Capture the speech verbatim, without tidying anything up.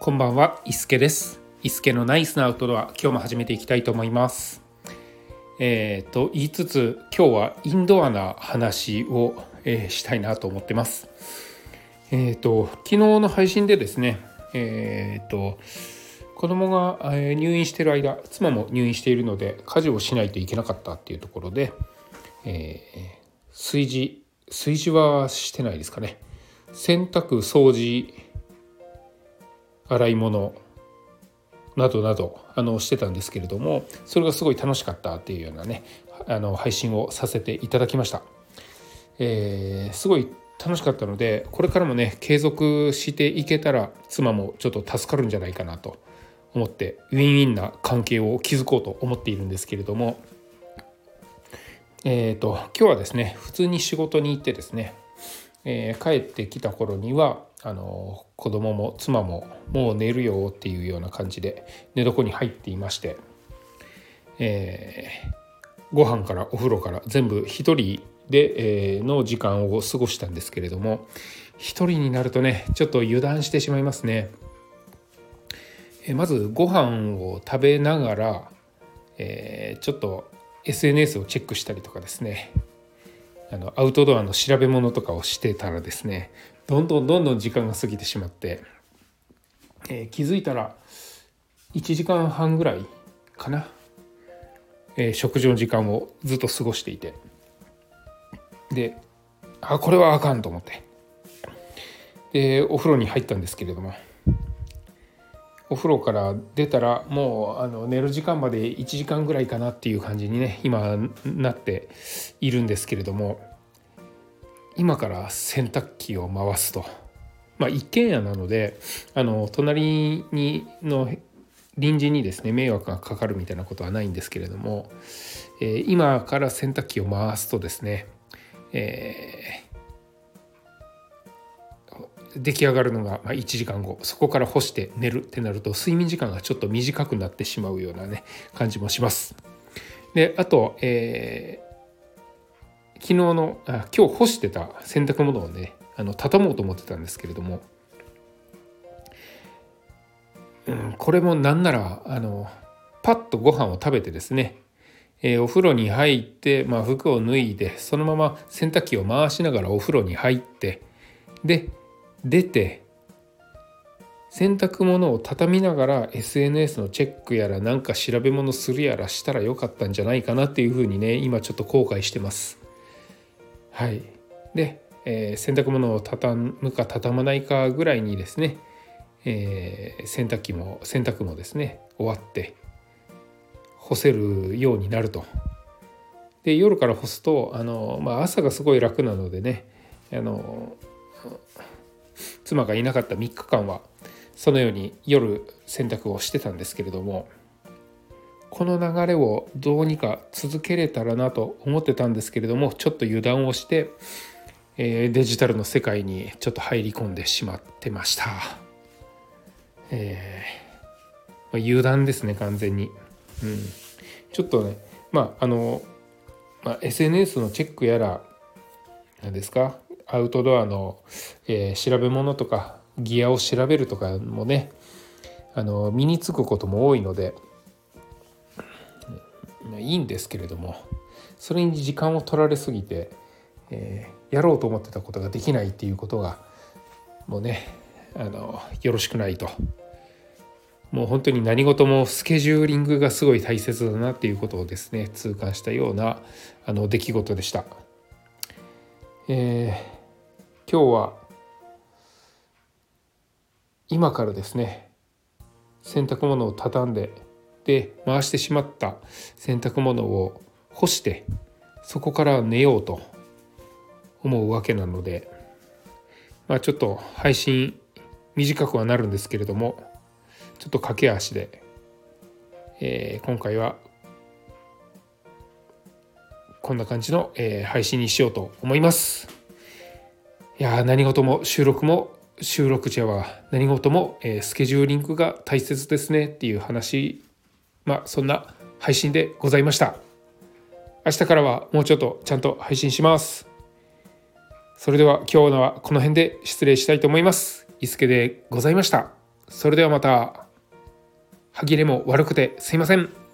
こんばんは、伊助です。伊助のナイスなアウトドア、今日も始めていきたいと思います。えー、と言いつつ、今日はインドアな話を、えーしたいなと思ってます。えー、と昨日の配信でですね、えー、と子供がえー入院している間、妻も入院しているので家事をしないといけなかったっていうところで、えー炊事炊事はしてないですかね。洗濯、掃除、洗い物などなどあのしてたんですけれども、それがすごい楽しかったっていうようなね、あの配信をさせていただきました。えー、すごい楽しかったので、これからもね継続していけたら妻もちょっと助かるんじゃないかなと思って、ウィンウィンな関係を築こうと思っているんですけれども、えーと今日はですね、普通に仕事に行ってですね、えー帰ってきた頃にはあの子供も妻ももう寝るよっていうような感じで寝床に入っていまして、えーご飯からお風呂から全部一人で、えーの時間を過ごしたんですけれども、一人になるとねちょっと油断してしまいますね。えーまずご飯を食べながら、えーちょっと エスエヌエス をチェックしたりとかですね、あのアウトドアの調べ物とかをしてたらですね、どんどんどんどん時間が過ぎてしまって、えー気づいたらいちじかんはんぐらいかな、えー食事の時間をずっと過ごしていて、であこれはあかんと思って、でお風呂に入ったんですけれども、お風呂から出たらもうあの寝る時間までいちじかんぐらいかなっていう感じにね今なっているんですけれども、今から洗濯機を回すと、まあ一軒家なのであの隣にの隣人にですね迷惑がかかるみたいなことはないんですけれども、えー今から洗濯機を回すとですね、えー出来上がるのがまあいちじかんご、そこから干して寝るってなると睡眠時間がちょっと短くなってしまうようなね感じもします。であと、えー昨日のあ今日干してた洗濯物をねあの畳もうと思ってたんですけれども、うん、これもなんならあのパッとご飯を食べてですね、えーお風呂に入って、まあ、服を脱いでそのまま洗濯機を回しながらお風呂に入って、で出て洗濯物を畳みながら エスエヌエス のチェックやらなんか調べ物するやらしたらよかったんじゃないかなっていうふうにね今ちょっと後悔してます。はい。で、えー洗濯物を畳むか畳まないかぐらいにですね、えー洗濯機も洗濯もですね終わって干せるようになると。で夜から干すとあの、まあ、朝がすごい楽なのでね、あの妻がいなかったみっかかんはそのように夜洗濯をしてたんですけれども、この流れをどうにか続けれたらなと思ってたんですけれども、ちょっと油断をして、えーデジタルの世界にちょっと入り込んでしまってました。えーまあ、油断ですね完全に。うん、ちょっとねまああの、まあ、エスエヌエス のチェックやら何ですか、アウトドアの、えー調べ物とかギアを調べるとかもねあの身につくことも多いので、まあいいんですけれども、それに時間を取られすぎて、えーやろうと思ってたことができないっていうことがもうねあのよろしくないと。もう本当に何事もスケジューリングがすごい大切だなっていうことをですね痛感したようなあの出来事でした。えー今日は今からですね洗濯物を畳んで、で回してしまった洗濯物を干して、そこから寝ようと思うわけなので、まあちょっと配信短くはなるんですけれども、ちょっと駆け足で、えー今回はこんな感じの、えー配信にしようと思います。いやー何事も収録も収録時は何事も、えースケジューリングが大切ですねっていう話、まあそんな配信でございました。明日からはもうちょっとちゃんと配信します。それでは今日のはこの辺で失礼したいと思います。伊助でございました。 それではまた。歯切れも悪くてすいません。